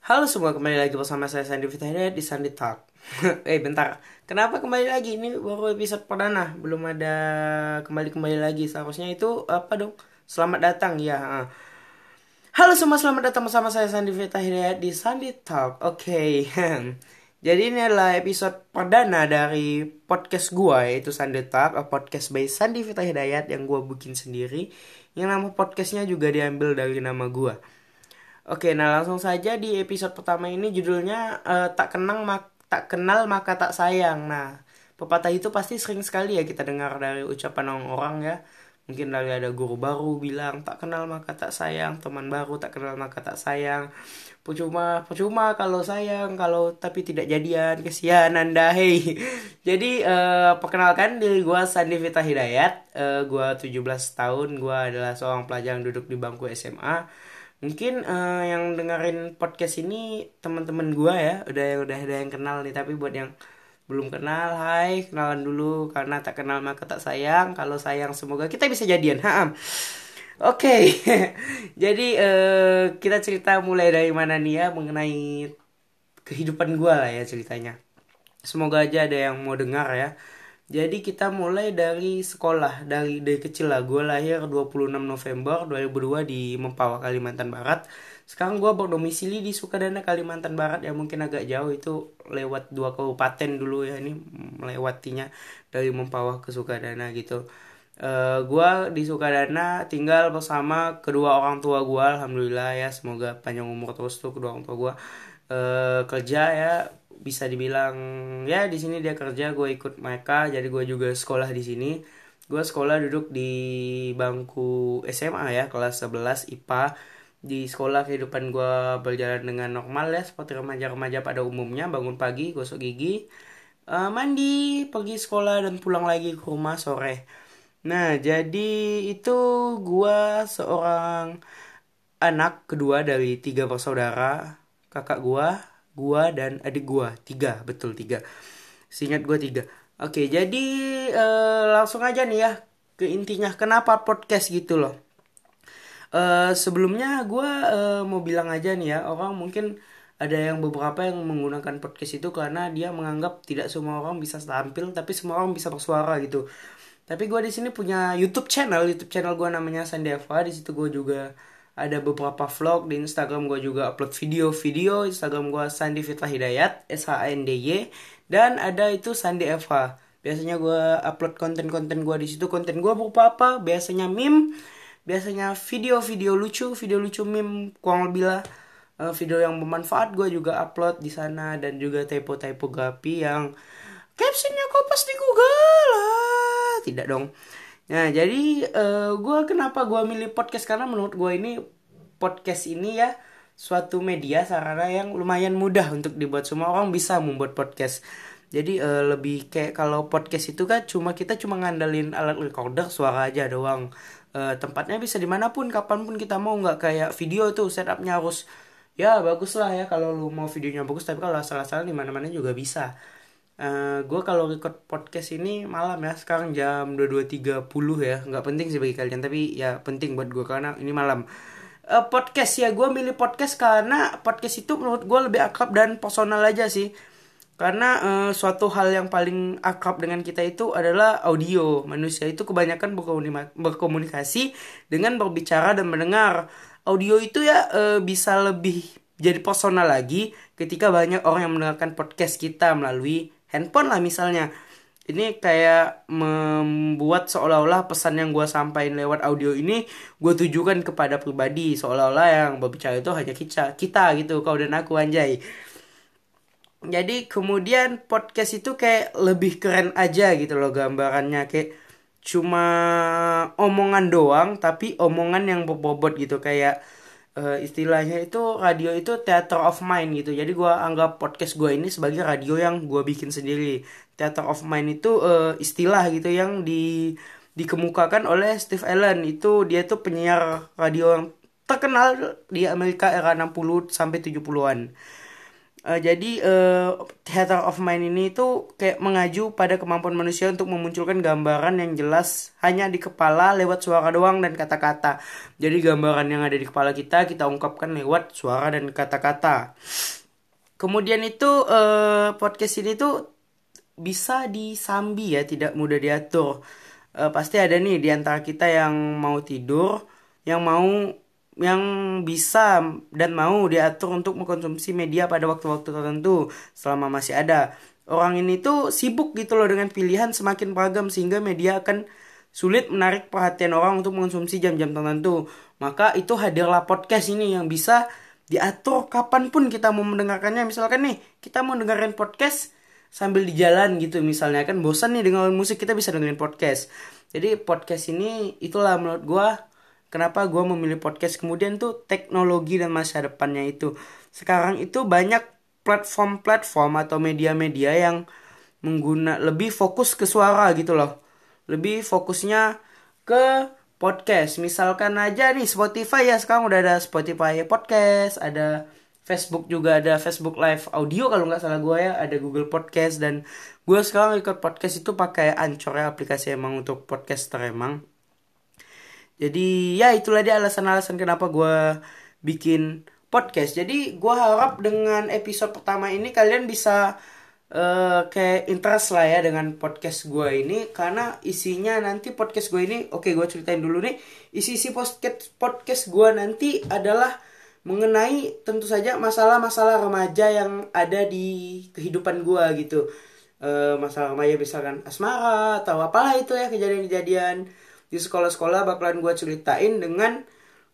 Halo semua, kembali lagi bersama saya Sandi Fitahidayat di Sandi Talk. Bentar. Kenapa kembali lagi? Ini baru episode perdana, belum ada kembali lagi. Seharusnya itu apa dong? Selamat datang ya. Halo semua, selamat datang bersama saya Sandi Fitahidayat di Sandi Talk. Oke. Jadi ini adalah episode perdana dari podcast gua, yaitu Sandi Talk, podcast by Sandi Fitahidayat yang gua bikin sendiri. Yang nama podcastnya juga diambil dari nama gua. Oke, nah langsung saja di episode pertama ini judulnya tak kenal maka tak sayang. Nah, pepatah itu pasti sering sekali ya kita dengar dari ucapan orang-orang ya. Mungkin dari ada guru baru bilang tak kenal maka tak sayang, teman baru tak kenal maka tak sayang. Percuma, percuma kalau sayang, kalau tapi tidak jadian, kesian Anda, hei. Jadi, perkenalkan diri gue Sandi Vita Hidayat. Gue 17 tahun, gue adalah seorang pelajar yang duduk di bangku SMA. Mungkin yang dengerin podcast ini teman-teman gue ya, udah ada yang kenal nih, tapi buat yang belum kenal, hai, kenalan dulu karena tak kenal maka tak sayang. Kalau sayang semoga kita bisa jadian. Ha. Oke. Jadi kita cerita mulai dari mana nih ya mengenai kehidupan gue lah ya ceritanya. Semoga aja ada yang mau dengar ya. Jadi kita mulai dari sekolah, dari kecil lah. Gue lahir 26 November 2002 di Mempawah, Kalimantan Barat. Sekarang gue berdomisili di Sukadana, Kalimantan Barat, yang mungkin agak jauh, itu lewat 2 kabupaten dulu ya, ini melewatinya dari Mempawah ke Sukadana gitu. Gue di Sukadana tinggal bersama kedua orang tua gue, alhamdulillah ya, semoga panjang umur terus tuh kedua orang tua gue. Kerja ya, bisa dibilang ya di sini dia kerja, gue ikut mereka, jadi gue juga sekolah di sini. Gue sekolah duduk di bangku SMA ya, kelas 11 IPA. Di sekolah kehidupan gue berjalan dengan normal ya, seperti remaja-remaja pada umumnya. Bangun pagi, gosok gigi, mandi, pergi sekolah dan pulang lagi ke rumah sore. Nah, jadi itu gua seorang anak kedua dari 3 bersaudara. Kakak gua dan adik gua. Tiga, betul tiga. Seingat gua tiga. Oke, jadi langsung aja nih ya ke intinya. Kenapa podcast gitu loh. Sebelumnya gue mau bilang aja nih ya, orang mungkin ada yang beberapa yang menggunakan podcast itu karena dia menganggap tidak semua orang bisa tampil, tapi semua orang bisa bersuara gitu. Tapi gue di sini punya YouTube channel gue namanya Sandeva. Di situ gue juga ada beberapa vlog. Di Instagram gue juga upload video-video. Instagram gue Sandi Fitra Hidayat, SHNDY, dan ada itu Sandi Eva. Biasanya gue upload konten-konten gue di situ. Konten gue berupa apa? Biasanya meme, biasanya video lucu meme kurang lebih lah. Video yang bermanfaat gue juga upload di sana, dan juga typografi yang captionnya kopas di Google lah. Tidak dong. Nah, jadi kenapa gue milih podcast, karena menurut gue ini podcast ini ya suatu media sarana yang lumayan mudah untuk dibuat. Semua orang bisa membuat podcast. Jadi lebih kayak kalau podcast itu kan kita cuma ngandelin alat recorder, suara aja doang. Tempatnya bisa dimanapun, kapanpun kita mau. Nggak kayak video tuh setupnya harus ya bagus lah ya kalau lu mau videonya bagus. Tapi kalau asal-asalan di mana-mana juga bisa. Gue kalau record podcast ini malam ya, sekarang jam 22.30 ya. Nggak penting sih bagi kalian, tapi ya penting buat gue karena ini malam. Podcast ya, gue milih podcast karena podcast itu menurut gue lebih akrab dan personal aja sih. Karena suatu hal yang paling akrab dengan kita itu adalah audio. Manusia itu kebanyakan berkomunikasi dengan berbicara dan mendengar. Audio itu ya bisa lebih jadi personal lagi ketika banyak orang yang mendengarkan podcast kita melalui handphone lah misalnya. Ini kayak membuat seolah-olah pesan yang gue sampaikan lewat audio ini gue tujukan kepada pribadi, seolah-olah yang berbicara itu hanya kita gitu, kau dan aku, anjay. Jadi kemudian podcast itu kayak lebih keren aja gitu loh gambarannya, kayak cuma omongan doang tapi omongan yang berbobot gitu, kayak istilahnya itu radio itu theater of mind gitu. Jadi gue anggap podcast gue ini sebagai radio yang gue bikin sendiri. Theater of mind itu istilah gitu yang dikemukakan oleh Steve Allen. Itu dia tuh penyiar radio yang terkenal di Amerika era 60 sampai 70-an. Jadi theater of mind ini tuh kayak mengacu pada kemampuan manusia untuk memunculkan gambaran yang jelas hanya di kepala lewat suara doang dan kata-kata. Jadi gambaran yang ada di kepala kita ungkapkan lewat suara dan kata-kata. Kemudian itu podcast ini tuh bisa disambi ya, tidak mudah diatur. Pasti ada nih di antara kita yang mau tidur, yang bisa dan mau diatur untuk mengkonsumsi media pada waktu-waktu tertentu selama masih ada. Orang ini tuh sibuk gitu loh dengan pilihan semakin beragam sehingga media akan sulit menarik perhatian orang untuk mengkonsumsi jam-jam tertentu. Maka itu hadirlah podcast ini yang bisa diatur kapanpun kita mau mendengarkannya. Misalkan nih kita mau dengerin podcast sambil di jalan gitu, misalnya kan bosan nih dengerin musik, kita bisa dengerin podcast. Jadi podcast ini itulah menurut gue kenapa gue memilih podcast. Kemudian tuh teknologi dan masa depannya itu. Sekarang itu banyak platform-platform atau media-media yang lebih fokus ke suara gitu loh. Lebih fokusnya ke podcast. Misalkan aja nih Spotify ya, sekarang udah ada Spotify podcast, ada Facebook juga, ada Facebook Live Audio kalau nggak salah gue ya, ada Google Podcast. Dan gue sekarang ikut podcast itu pakai Anchor ya, aplikasi emang untuk podcaster emang. Jadi ya itulah dia alasan-alasan kenapa gue bikin podcast. Jadi gue harap dengan episode pertama ini kalian bisa kayak interest lah ya dengan podcast gue ini. Karena isinya nanti podcast gue ini, oke gue ceritain dulu nih. Isi-isi podcast gue nanti adalah mengenai tentu saja masalah-masalah remaja yang ada di kehidupan gue gitu. Masalah remaja misalkan asmara atau apalah itu ya, kejadian-kejadian di sekolah-sekolah bakalan gue ceritain dengan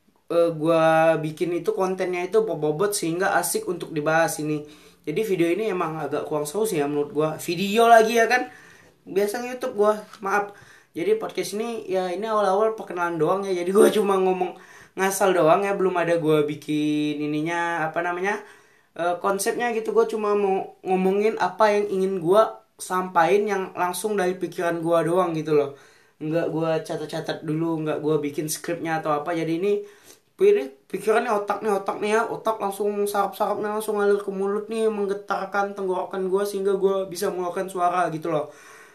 gue bikin itu kontennya itu bobot sehingga asik untuk dibahas ini. Jadi video ini emang agak kurang seru sih ya menurut gue. Video lagi ya kan, biasanya YouTube gue, maaf. Jadi podcast ini ya ini awal-awal perkenalan doang ya. Jadi gue cuma ngomong ngasal doang ya, belum ada gue bikin ininya apa namanya konsepnya gitu. Gue cuma mau ngomongin apa yang ingin gue sampain yang langsung dari pikiran gue doang gitu loh. Nggak gue catat-catat dulu, nggak gue bikin skripnya atau apa. Jadi ini pikirannya otak nih ya, otak langsung sarap-sarapnya langsung ngalir ke mulut nih, menggetarkan tenggorokan gue sehingga gue bisa mengeluarkan suara gitu loh.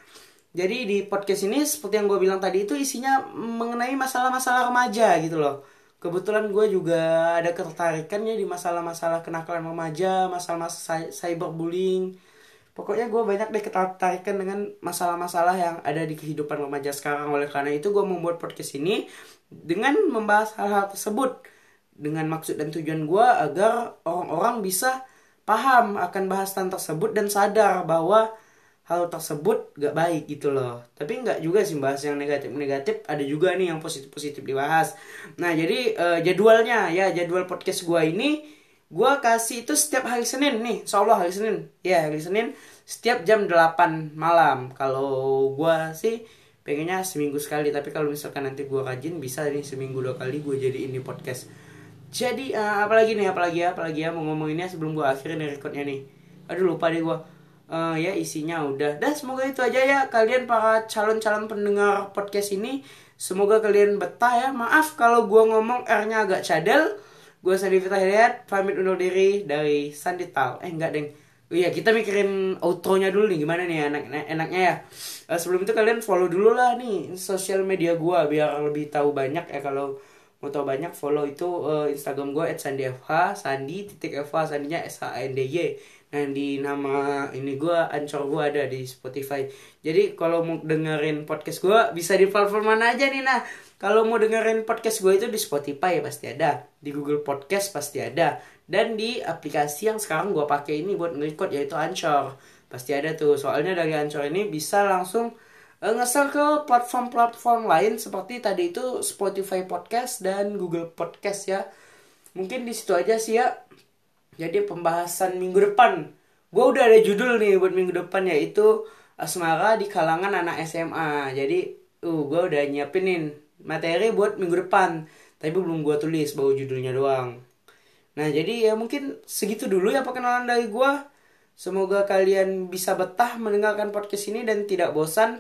Jadi di podcast ini seperti yang gue bilang tadi itu isinya mengenai masalah-masalah remaja gitu loh. Kebetulan gue juga ada ketertarikan ya di masalah-masalah kenakalan remaja, masalah-masalah cyberbullying. Pokoknya gue banyak deh ketertarikan dengan masalah-masalah yang ada di kehidupan remaja sekarang. Oleh karena itu gue membuat podcast ini dengan membahas hal-hal tersebut. Dengan maksud dan tujuan gue agar orang-orang bisa paham akan bahasan tersebut dan sadar bahwa hal tersebut gak baik gitu loh. Tapi gak juga sih bahas yang negatif-negatif, ada juga nih yang positif-positif dibahas. Nah jadi jadwalnya ya, jadwal podcast gue ini gue kasih itu setiap hari Senin nih, insya Allah hari Senin. Ya hari Senin setiap jam 8 malam. Kalau gue sih pengennya seminggu sekali, tapi kalau misalkan nanti gue rajin bisa nih seminggu 2 kali gue jadi ini podcast. Jadi apalagi ya mau ngomonginnya sebelum gue akhirin nih recordnya nih. Aduh lupa deh gue. Ya isinya udah. Dan semoga itu aja ya kalian para calon-calon pendengar podcast ini. Semoga kalian betah ya. Maaf kalau gue ngomong R-nya agak cadel. Gue Sandi Fitra Hidayat, pamit undur diri dari Sandi Tal. Enggak deng. Oh iya, kita mikirin outro-nya dulu nih, gimana nih enaknya ya. Sebelum itu kalian follow dulu lah nih sosial media gue biar lebih tahu banyak ya. Kalau mau tahu banyak follow itu Instagram gue @sandifh, Sandi.fh, Sandinya SHNDY. Nah di nama ini gue, Anchor gue ada di Spotify. Jadi kalau mau dengerin podcast gue bisa di platform mana aja nih. Nah kalau mau dengerin podcast gue itu di Spotify pasti ada, di Google Podcast pasti ada, dan di aplikasi yang sekarang gue pakai ini buat nge-record yaitu Anchor pasti ada tuh. Soalnya dari Anchor ini bisa langsung nge-share ke platform-platform lain seperti tadi itu Spotify Podcast dan Google Podcast ya. Mungkin di situ aja sih ya. Jadi pembahasan minggu depan, gue udah ada judul nih buat minggu depan yaitu asmara di kalangan anak SMA. Jadi gue udah nyiapin materi buat minggu depan, tapi belum gue tulis, baru judulnya doang. Nah jadi ya mungkin segitu dulu ya perkenalan dari gue. Semoga kalian bisa betah mendengarkan podcast ini dan tidak bosan.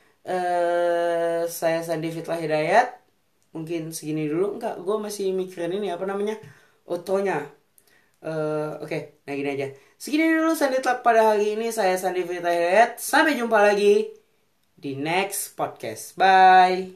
Saya Sandi Fitra Hidayat. Mungkin segini dulu. Enggak, gue masih mikirin ini apa namanya, outro-nya. Oke, nah gini aja. Segini dulu Sandi Talk pada hari ini. Saya Sandi Fitayat. Sampai jumpa lagi di next podcast. Bye.